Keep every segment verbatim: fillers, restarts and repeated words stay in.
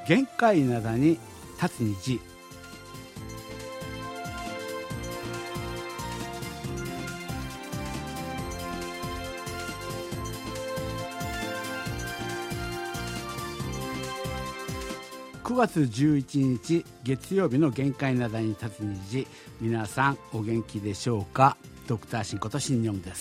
限界灘に立つ虹。くがつじゅういちにち月曜日の限界灘に立つ虹。皆さんお元気でしょうか。ドクターシンことシンニョンです。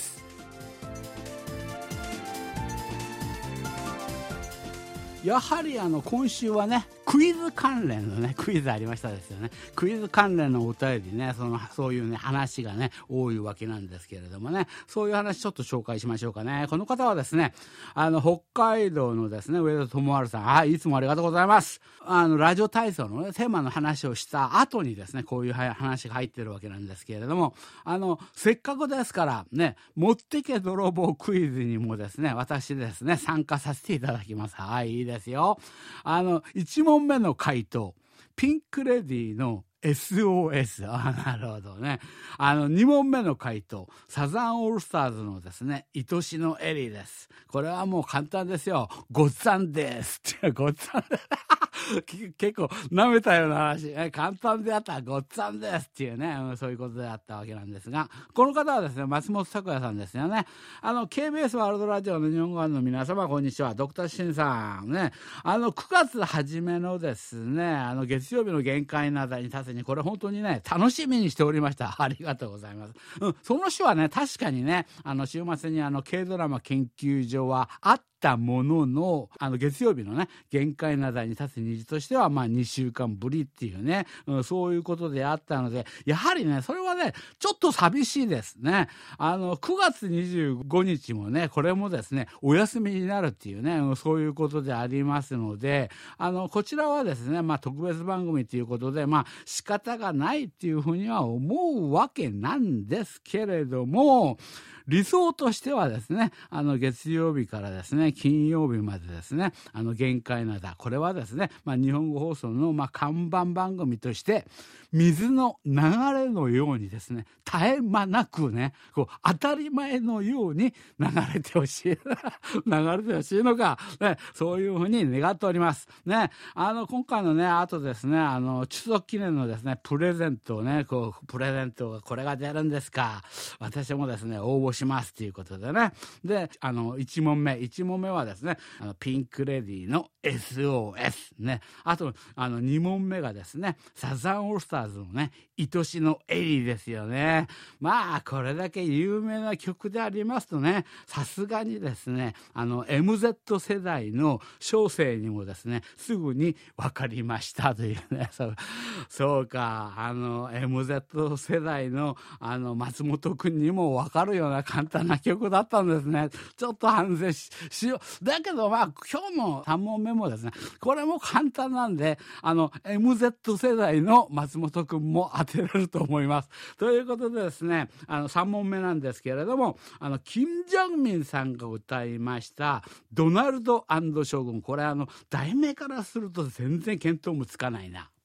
やはりあの今週はね、クイズ関連のねクイズありましたですよね。クイズ関連のお便りね、そのそういうね話がね多いわけなんですけれどもね、そういう話ちょっと紹介しましょうかね。この方はですね、あの北海道のですね上田智春さん、はい、いつもありがとうございます。あのラジオ体操の、ね、テーマの話をした後にですね、こういう話が入ってるわけなんですけれども、あのせっかくですからね、持ってけ泥棒クイズにもですね私ですね参加させていただきます。はい、いいですよ。あのいち問目の回答、ピンクレディーの エスオーエス。 あ、なるほどね。あのに問目の回答、サザンオールスターズのですね愛しのエリーです。これはもう簡単ですよ。ごっつぁんですってごっつぁん結構舐めたような話、え簡単であったらごっつぁんですっていうね、うん、そういうことであったわけなんですが、この方はですね松本拓也さんですよね。あの ケービーエス ワールドラジオの日本語版の皆様こんにちは。ドクターシンさんね、あのくがつ初めのですねあの月曜日の限界灘に立つに、これ本当にね楽しみにしておりました。ありがとうございます、うん、その週はね確かにね、あの週末にあの軽ドラマ研究所はあったものの、あの月曜日のね限界灘に立つ虹としてはまあにしゅうかんぶりっていうね、うん、そういうことであったので、やはりねそれはねちょっと寂しいですね。あのくがつにじゅうごにちもねこれもですねお休みになるっていうね、うん、そういうことでありますので、あのこちらはですねまあ特別番組ということでまあ仕方がないっていうふうには思うわけなんですけれども、理想としてはですね、あの月曜日からですね金曜日までですね、あの限界灘、これはですね、まあ、日本語放送のまあ看板番組として水の流れのようにですね絶え間なくね、こう当たり前のように流れてほしい流れてほしいのか、ね、そういうふうに願っておりますね。あの今回のねあとですね、あの中足記念のですねプレゼントをね、こうプレゼントがこれが出るんですか、私もですね応募しますということでね、であのいち問目いち問目はですね、あのピンクレディーの エスオーエス ね、あとあのに問目がですねサザンオールスターズのね愛しのエリーですよね。まあこれだけ有名な曲でありますとね、さすがにですねあの エムゼット 世代の小生にもですねすぐに分かりましたというね、そう、そうか、あの エムゼット 世代のあの松本くんにも分かるような簡単な曲だったんですね。ちょっと反省 し, しよう。だけどまあ今日のさん問目もですねこれも簡単なんで、あの エムゼット 世代の松本くんも当てれると思います。ということでですね、あのさん問目なんですけれども、あのキム・ジョンミンさんが歌いましたドナルド&将軍、これあの題名からすると全然見当もつかないな。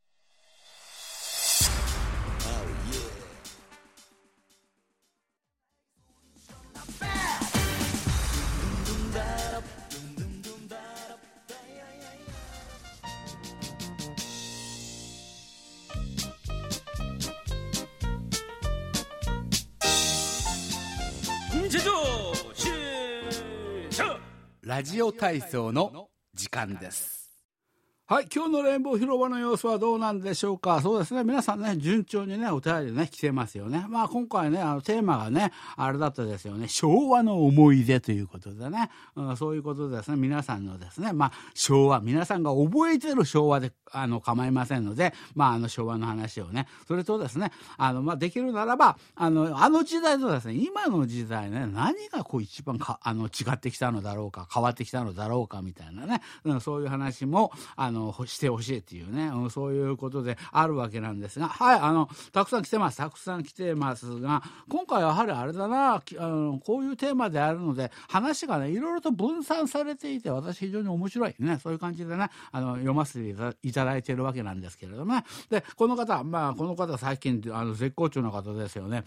ラジオ体操の時間です。はい、今日のレインボー広場の様子はどうなんでしょうか。そうですね、皆さんね順調にねお便りね来てますよね。まあ今回ねあのテーマがねあれだったですよね、昭和の思い出ということでね、うん、そういうことでですね皆さんのですねまあ昭和、皆さんが覚えてる昭和であの構いませんので、まああの昭和の話をね、それとですねあのまあできるならばあのあの時代とですね今の時代ね何がこう一番かあの違ってきたのだろうか、変わってきたのだろうかみたいなね、うん、そういう話もあのしてほしいっていうね、うん、そういうことであるわけなんですが、はい、あのたくさん来てますたくさん来てますが、今回はやはりあれだな、あのこういうテーマであるので話がねいろいろと分散されていて、私非常に面白いね、そういう感じでねあの読ませていただいているわけなんですけれどもね。でこの方、まあこの方最近あの絶好調の方ですよね。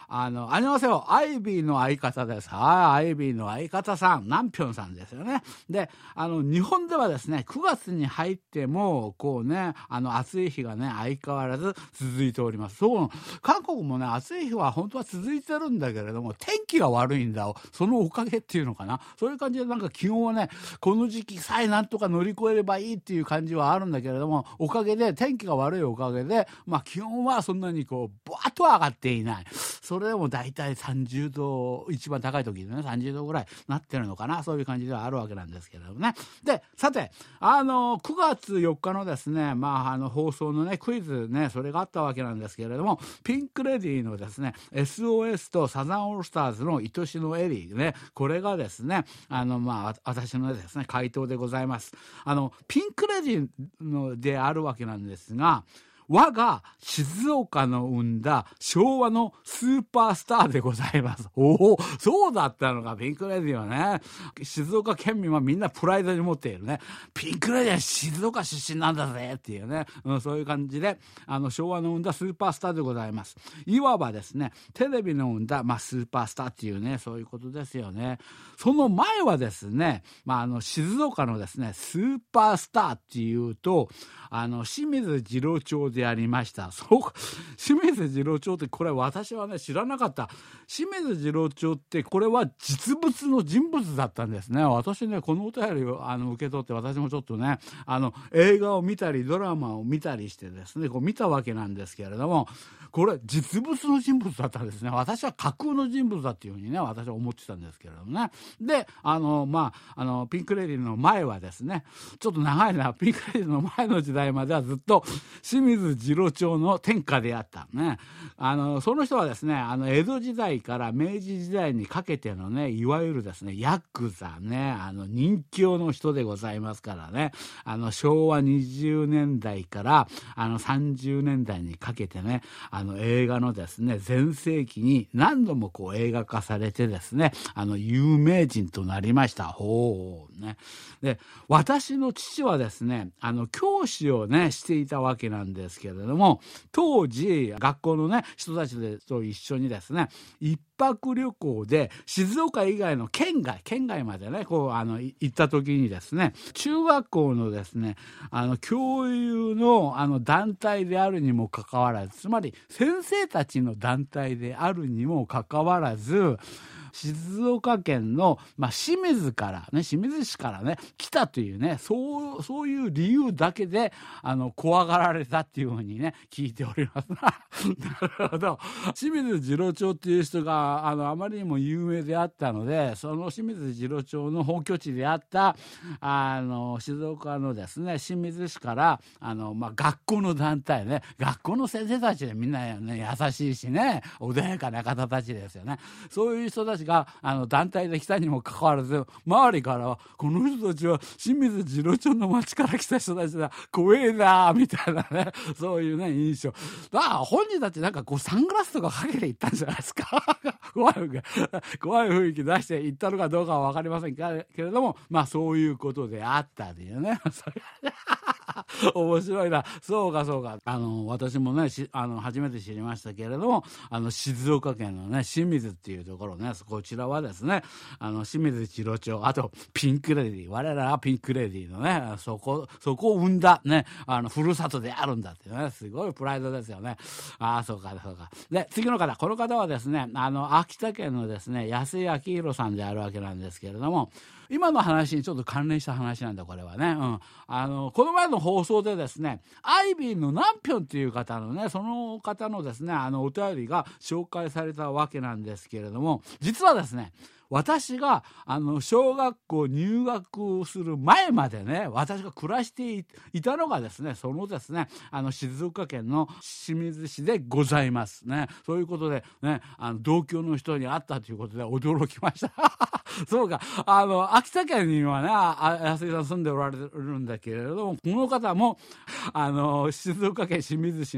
あの、ありますよ、アイビーの相方です。はい、アイビーの相方さん、ナンピョンさんですよね。で、あの、日本ではですね、くがつに入っても、こうね、あの、暑い日がね、相変わらず続いております。そう、韓国もね、暑い日は本当は続いてるんだけれども、天気が悪いんだ。そのおかげっていうのかな。そういう感じでなんか気温はね、この時期さえなんとか乗り越えればいいっていう感じはあるんだけれども、おかげで、天気が悪いおかげで、まあ気温はそんなにこう、ぼわっと上がっていない。それでも大体さんじゅうど、一番高い時でね、さんじゅうどぐらいなってるのかな。そういう感じではあるわけなんですけれどもね。で、さて、あの、くがつよっかのですね、まあ、あの、放送のね、クイズね、それがあったわけなんですけれども、ピンクレディーのですね、エスオーエス とサザンオールスターズの愛しのエリーね、これがですね、あの、まあ、私のですね、回答でございます。あの、ピンクレディーのであるわけなんですが、我が静岡の生んだ昭和のスーパースターでございます。おお、そうだったのか、ピンクレディはね。静岡県民はみんなプライドに持っているね。ピンクレディは静岡出身なんだぜっていうね、うん、そういう感じで、あの、昭和の生んだスーパースターでございます。いわばですね、テレビの生んだ、まあ、スーパースターっていうね、そういうことですよね。その前はですね、まあ、あの、静岡のですね、スーパースターっていうと、あの、清水次郎長でありました。そうか、清水次郎長ってこれ私はね知らなかった。清水次郎長ってこれは実物の人物だったんですね。私ねこのお便りをあの受け取って私もちょっとねあの映画を見たりドラマを見たりしてですねこう見たわけなんですけれども、これ実物の人物だったんですね。私は架空の人物だっていうふうにね私は思ってたんですけれどもね。であのまああのピンクレディの前はですねちょっと長いな、ピンクレディの前の時代まではずっと清水次郎長の天下であったね。あのその人はですねあの江戸時代から明治時代にかけてのねいわゆるですねヤクザねあの人気の人でございますからね、あの昭和にじゅうねんだいからあのさんじゅうねんだいにかけてねあの映画のですね全盛期に何度もこう映画化されてですねあの有名人となりました。ほうね。で私の父はですねあの教師をねしていたわけなんですけれども、当時学校のね人たちと一緒にですね一泊旅行で静岡以外の県外県外までねこうあの行った時にですね中学校のですねあの教諭のあの団体であるにもかかわらず、つまり先生たちの団体であるにもかかわらず静岡県の、まあ、清水からね清水市からね来たというねそうそういう理由だけであの怖がられたっていうふうにね聞いておりますなるほど。清水次郎長っていう人があのあまりにも有名であったので、その清水次郎長の本拠地であったあの静岡のですね清水市からあの、まあ、学校の団体ね学校の先生たちでみんな、ね、優しいしね穏やかな方たちですよね。そういう人たちがあの団体で来たにもかかわらず周りからはこの人たちは清水次郎長の町から来た人たちだ怖えなみたいなねそういうね印象だから本人たちなんかこうサングラスとかかけていったんじゃないですか怖い怖い雰囲気出していったのかどうかは分かりませんけれども、まあそういうことであったというねそれ面白いな。そうかそうか。あの私もねあの初めて知りましたけれども、あの静岡県のね清水っていうところね、こちらはですねあの清水次郎長、あとピンクレディー、我らはピンクレディーのねそこそこを生んだねあのふるさとであるんだっていうねすごいプライドですよね。ああそうかそうか。で次の方、この方はですねあの秋田県のですね安井明弘さんであるわけなんですけれども、今の話にちょっと関連した話なんだこれはね、うん、あのこの前の放送でですねアイビーのナンピョンっていう方のねその方のですねあのお便りが紹介されたわけなんですけれども、実はですね私があの小学校入学する前までね私が暮らしていたのがですねそのですねあの静岡県の清水市でございますね。そういうことでねあの同郷の人に会ったということで驚きましたそうか、あの秋田県にはね安井さん住んでおられるんだけれども、この方もあの静岡県清水市の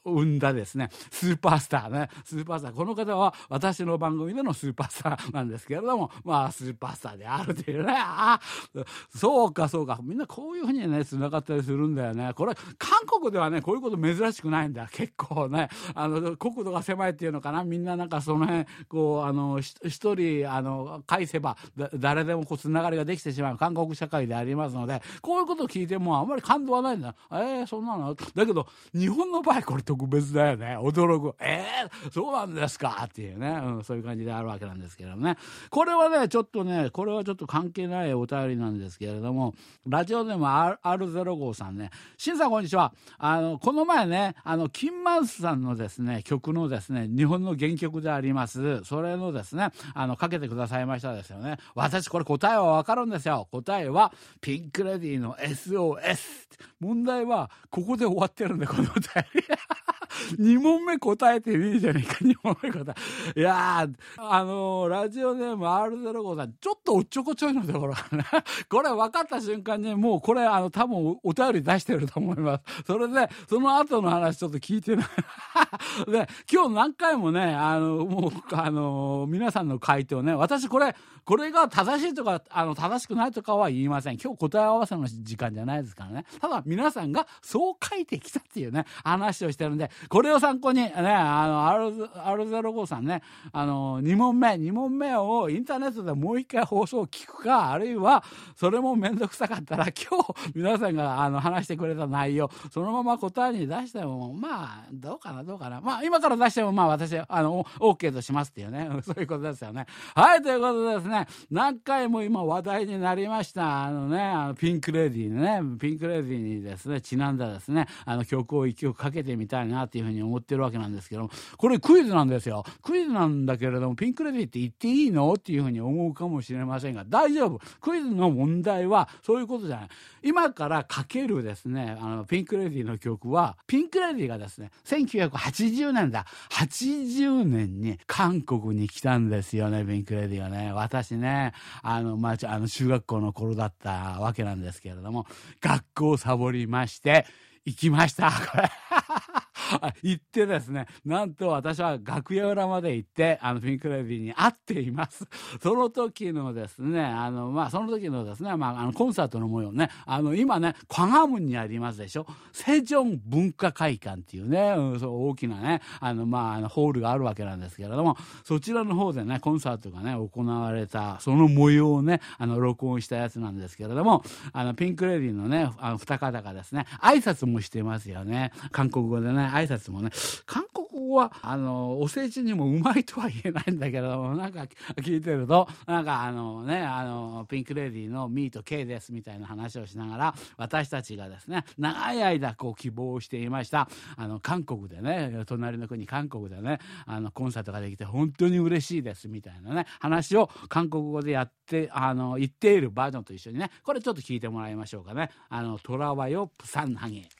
生んだですね、スーパースターね、スーパースター。この方は私の番組でのスーパースターなんですけれども、まあ、スーパースターであるというね。あそうか、そうか。みんなこういうふうにね、繋がったりするんだよね。これ、韓国ではね、こういうこと珍しくないんだよ。結構ね、あの、国土が狭いっていうのかな。みんななんかその辺、こう、あの、一人、あの、返せば、だ誰でもこう、繋がりができてしまう韓国社会でありますので、こういうことを聞いてもあんまり感動はないんだ。えー、そんなのだけど、日本の場合これ特別だよね。驚く。えー、そうなんですかっていうね、うん、そういう感じであるわけなんですけどね。これはね、ちょっとね、これはちょっと関係ないお便りなんですけれども、ラジオネーム アールゼロご さんね。しんさんこんにちは。あの、この前ね、あの、キンマウスさんのですね、曲のですね、日本の原曲であります、それのですね、あの、かけてくださいましたですよね。私これ答えはわかるんですよ。答えは、ピンクレディーの エスオーエス。問題は、ここで終わってるんで、このお便り。に問目答えていいじゃねえか、に問目答え。いやー、あのー、ラジオネーム アールゼロご さん、ちょっとおっちょこちょいのところがね、これ分かった瞬間に、もうこれ、あの、多分お便り出してると思います。それで、その後の話ちょっと聞いてない。で、今日何回もね、あの、もう、あのー、皆さんの回答ね、私これ、これが正しいとか、あの、正しくないとかは言いません。今日答え合わせの時間じゃないですからね。ただ、皆さんがそう書いてきたっていうね、話をしてるんで、これを参考に、ね、あの、アールゼロご さんね、あの、に問目、に問目をインターネットでもう一回放送を聞くか、あるいは、それもめんどくさかったら、今日、皆さんが、あの、話してくれた内容、そのまま答えに出しても、まあ、どうかな、どうかな。まあ、今から出しても、まあ、私、あの、OK としますっていうね、そういうことですよね。はい、ということでですね、何回も今話題になりました、あのね、あのピンクレディーね、ピンクレディーにですね、ちなんだですね、あの曲を一曲かけてみたいなっていうふうに思ってるわけなんですけども、これクイズなんですよ。クイズなんだけれども、ピンクレディーって言っていいのっていうふうに思うかもしれませんが、大丈夫。クイズの問題はそういうことじゃない。今からかけるですね、あのピンクレディーの曲は、ピンクレディーがですね、せんきゅうひゃくはちじゅうねんだ。はちじゅうねんに韓国に来たんですよね、ピンクレディーはね。私ね、あの、まあ、あの、中学校の頃だったわけなんですけれども、学校をサボりまして、行きました。これ。行ってですね、なんと私は楽屋裏まで行って、あの、ピンクレディーに会っています。その時のですね、あの、まあ、その時のですね、まあ、あの、コンサートの模様ね、あの、今ね、광화문にありますでしょ。セジョン文化会館っていうね、うん、そう大きなね、あの、まあ、あの、ホールがあるわけなんですけれども、そちらの方でね、コンサートがね、行われた、その模様をね、あの、録音したやつなんですけれども、あの、ピンクレディーのね、あの、二方がですね、挨拶もしてますよね。韓国語でね、挨拶もね、韓国語は、あの、お世辞にもうまいとは言えないんだけども、なんか聞いてると、なんかあのね、あの、ピンクレディーのミーと K ですみたいな話をしながら、私たちがですね、長い間こう希望していました、あの、韓国でね、隣の国韓国でね、あの、コンサートができて本当に嬉しいですみたいなね、話を韓国語でやって、あの、言っているバージョンと一緒にね、これちょっと聞いてもらいましょうかね。あの、トラワヨプサンハゲ。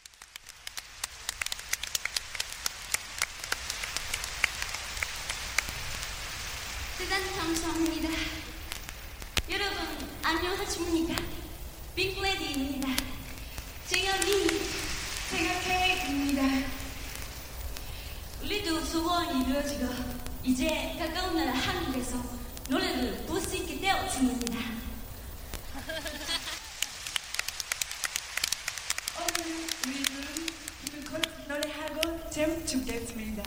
대단감사합니다. 여러분 안녕하십니까? 빅레디입니다. 제가 미 생각해입니다. 우리도 소원이 이루어지고 이제 가까운 나라 한국에서 노래를 부를 수 있게 되었습니다. 오늘 우리는 곧 노래하고 잼 춥겠습니다.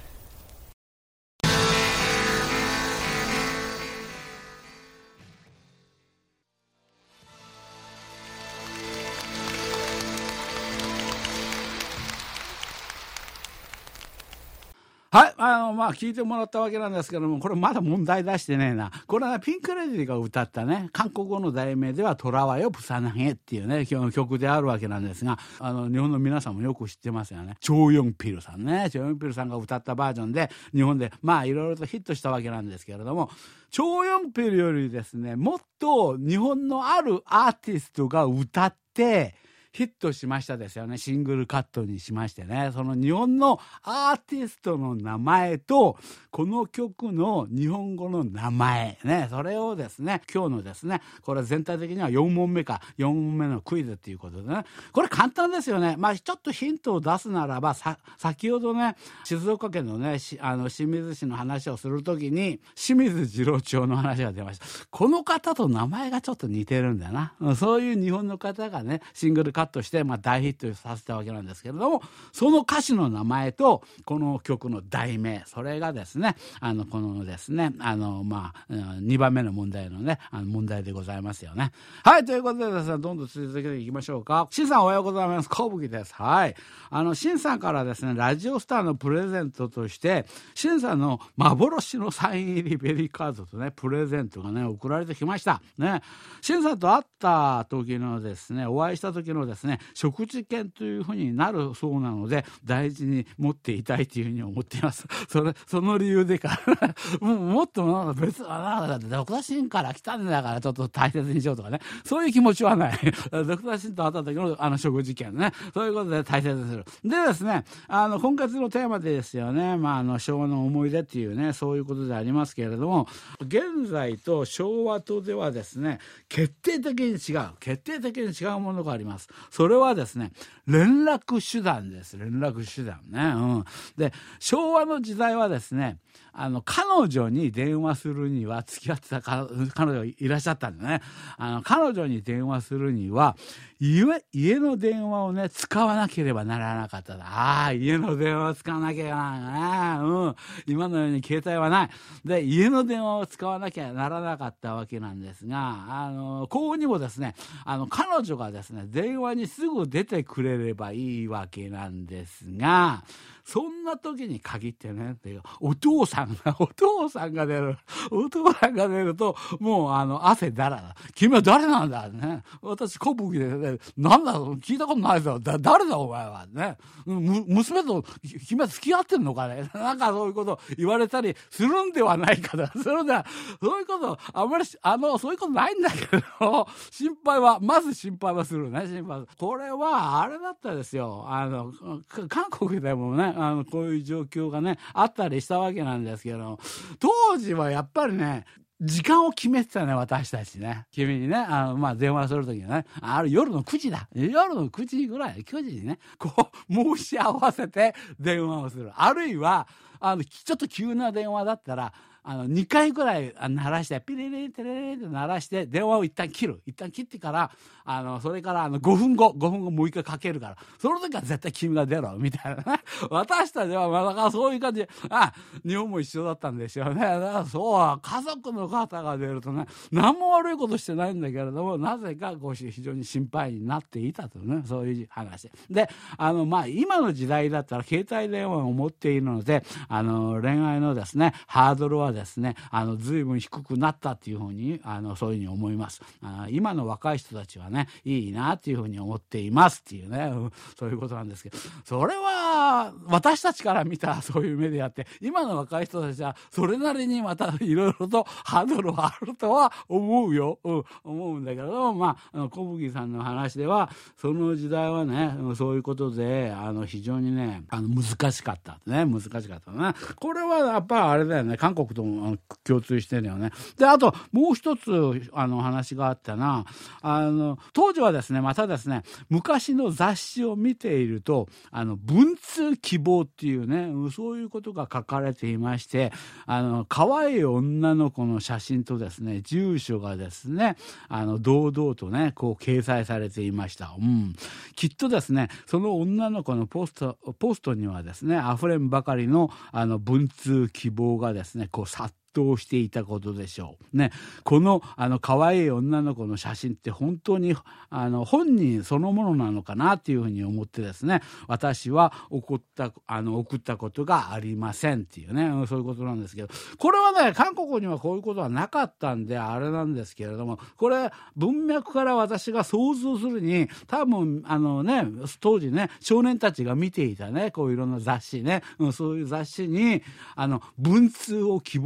はい、あの、まあ、聞いてもらったわけなんですけども、これまだ問題出してねえな。これは、ね、ピンクレディーが歌ったね、韓国語の題名ではトラワヨプサナゲっていうね、今日の曲であるわけなんですが、あの、日本の皆さんもよく知ってますよね。チョ・ヨンピルさんね。チョ・ヨンピルさんが歌ったバージョンで、日本で、まあ、いろいろとヒットしたわけなんですけれども、チョ・ヨンピルよりですね、もっと日本のあるアーティストが歌って、 ヒットしましたですよね。シングルカットにしましてね、その日本のアーティストの名前とこの曲の日本語の名前ね、それをですね、今日のですね、これ全体的にはよん問目かよん問目のクイズっていうことでね、これ簡単ですよね。まあちょっとヒントを出すならば、さ先ほどね、静岡県のね、あの清水市の話をするときに清水次郎長の話が出ました。この方と名前がちょっと似てるんだよな。そういう日本の方がね、シングルカットしてまあ大ヒットさせたわけなんですけれども、その歌手の名前とこの曲の題名、それがですね、あのこのですね、あのまあにばんめの問題のね、あの問題でございますよね。はい、ということでですね、どんどん続けていきましょうか。しんさんおはようございます。小吹です。はい、あのしんさんからですね、ラジオスターのプレゼントとしてしんさんの幻のサイン入りベリーカードとね、プレゼントがね送られてきましたね。しんさんと会った時のですね、お会いした時のですね、食事券というふうになるそうなので、大事に持っていたいというふうに思っています。それその理由でかも, もっとなんか別あだってドクターシンから来たんだからちょっと大切にしようとかね、そういう気持ちはないドクターシンと会った時のあの食事券ね、そういうことで大切にする。でですね、あの今月のテーマでですよね、まあ、あの昭和の思い出っていうね、そういうことでありますけれども、現在と昭和とではですね、決定的に違う決定的に違うものがあります。それはですね、連絡手段です。連絡手段ね、うん、で昭和の時代はですね、あの彼女に電話するには、付き合ってた彼女いらっしゃったんでね、あの彼女に電話するには家, 家の電話をね使わなければならなかった。ああ、家の電話を使わなきゃならない、うん、今のように携帯はないで、家の電話を使わなきゃならなかったわけなんですが、あの幸運にもですね、あの彼女がですね電話にすぐ出てくれればいいわけなんですが、そんな時に限ってね、お父さんがお父さんが出るお父さんが出るともうあの汗だらだ。君は誰なんだね。私小吹で、ね、なんだ聞いたことないぞ。だ誰だお前はね。む娘と君は付き合ってんのかね。なんかそういうこと言われたりするんではないかな。それではそういうことあんまりあのそういうことないんだけど、心配はまず心配はするね。心配。これはあれだったですよ。あの韓国でもね。あのこういう状況がねあったりしたわけなんですけど、当時はやっぱりね時間を決めてたね、私たちね。君にね、あのまあ電話するときはね、あれ夜のくじだ、夜のくじぐらい、くじにねこう申し合わせて電話をする。あるいはあのちょっと急な電話だったらあのにかいぐらい鳴らしてピリリテレレって鳴らして電話を一旦切る。一旦切ってからあのそれからあのごふんごごふんごもう一回かけるから、その時は絶対君が出ろみたいなね。私たちはまだそういう感じで、あ日本も一緒だったんでしょうね。だからそう家族の方が出るとね、何も悪いことしてないんだけれども、なぜかこう非常に心配になっていたとね、そういう話で、あのまあ今の時代だったら携帯電話を持っているので、あの恋愛のですねハードルはですねあの随分低くなったっていうふうにあのそういうふうに思います。あ今の若い人たちはねいいなっていうふうに思っていますっていうね、うん、そういうことなんですけど、それは私たちから見たそういう目であって、今の若い人たちはそれなりにまたいろいろとハードルはあるとは思うよ、うん、思うんだけど、まあ小吹さんの話ではその時代はねそういうことであの非常にねあの難しかったね難しかったね。これはやっぱりあれだよね、韓国とも共通してるよね。であともう一つあの話があったな、あの当時はですねまたですね昔の雑誌を見ているとあの文通希望っていうねそういうことが書かれていまして、あの可愛い女の子の写真とですね住所がですねあの堂々とねこう掲載されていました、うん、きっとですねその女の子のポストポストにはですね溢れんばかりのあの文通希望がですねこう殺到していたことでしょうね。このあの可愛い女の子の写真って本当にあの本人そのものなのかなっていうふうに思ってですね、私は送ったあの送ったことがありませんっていうね、そういうことなんですけど、これはね韓国にはこういうことはなかったんであれなんですけれども、これ文脈から私が想像するに多分あのね当時ね少年たちが見ていたねこういろんな雑誌ね、うん、そういう雑誌にあの文通を希望する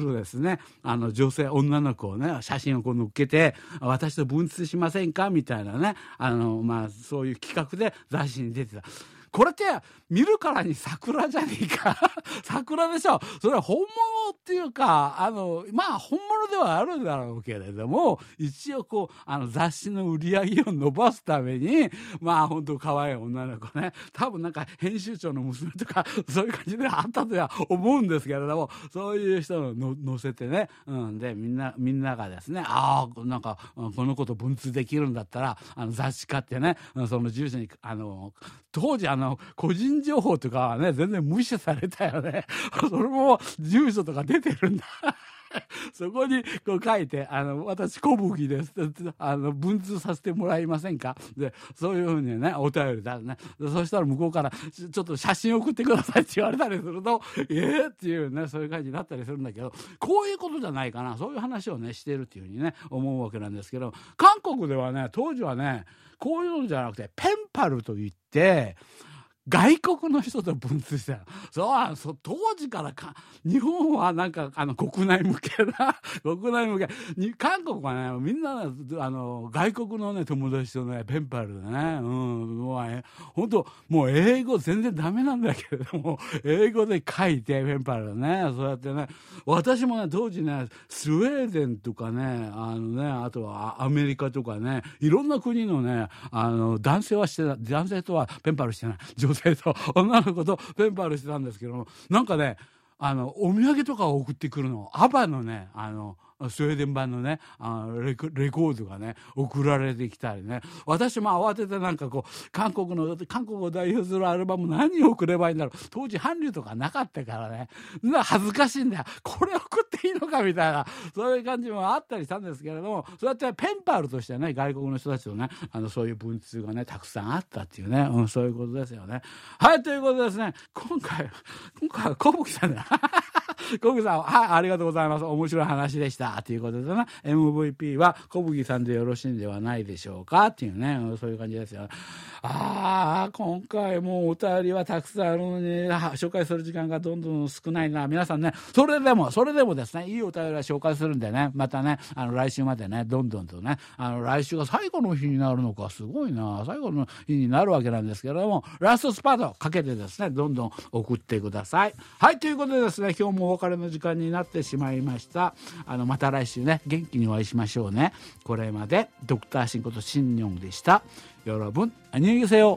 るですね、あの女性女の子をね写真をこう載っけて、私と文通しませんかみたいなね、あのまあそういう企画で雑誌に出てた。これって見るからに桜じゃねえか桜でしょ。それは本物っていうか、あのまあ本物ではあるんだろうけれども、一応こうあの雑誌の売り上げを伸ばすために、まあ本当可愛い女の子ね、多分なんか編集長の娘とかそういう感じであったとは思うんですけれども、そういう人をの載せてね、うん、でみんなみんながですね、ああなんかこの子と文通できるんだったら、あの雑誌買ってね、その住所にあの当時あの個人情報とかはね全然無視されたよねそれも住所とか出てるんだそこにこう書いて、あの私小吹ですあの文通させてもらえませんか、でそういうふうにねお便りだね。そしたら向こうからちょっと写真送ってくださいって言われたりすると、えーっていうね、そういう感じになったりするんだけど、こういうことじゃないかな、そういう話をねしてるっていうふうにね思うわけなんですけど、韓国ではね当時はねこういうのじゃなくてペンパルといって外国の人と文通してた。そうそう、当時からか日本はなんかあの国内向けな国内向けに、韓国はねみんなあの外国のね友達とねペンパルでね、うん、もうね本当もう英語全然ダメなんだけれども英語で書いてペンパルでね、そうやってね、私もね当時ねスウェーデンとかね、あのねあとはアメリカとかね、いろんな国のねあの男性はしてた、男性とはペンパルしてない、女性と女の子とペンパルしてたんですけども、なんかねあのお土産とかを送ってくるの、アバのねあのスウェーデン版のねあの レ, コレコードがね送られてきたりね、私も慌ててなんかこう韓国の韓国を代表するアルバム何を送ればいいんだろう、当時韓流とかなかったからね、恥ずかしいんだよ、これ送っていいのかみたいな、そういう感じもあったりしたんですけれども、そうやってペンパルとしてね外国の人たちとねあのそういう文通がねたくさんあったっていうね、うん、そういうことですよね。はい、ということでですね、今回今回は小吹さんだ小吹さん、はい、ありがとうございます、面白い話でしたということでね、 エムブイピー は小吹さんでよろしいんではないでしょうかっていうね、そういう感じですよ。ああ今回もうお便りはたくさんあるのに紹介する時間がどんどん少ないな。皆さんね、それでもそれでもですね、いいお便りは紹介するんでね、またねあの来週までねどんどんとね、あの来週が最後の日になるのか、すごいな、最後の日になるわけなんですけれども、ラストスパートかけてですねどんどん送ってください。はい、ということでですね、今日もお別れの時間になってしまいました。あのまた来週ね元気にお会いしましょうね。これまでドクターシンことシンニョンでした。よろぶんあにげせよ。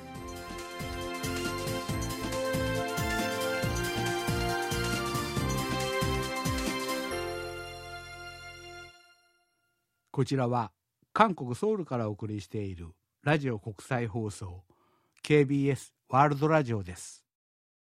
こちらは韓国ソウルからお送りしているラジオ国際放送 ケービーエス ワールドラジオです。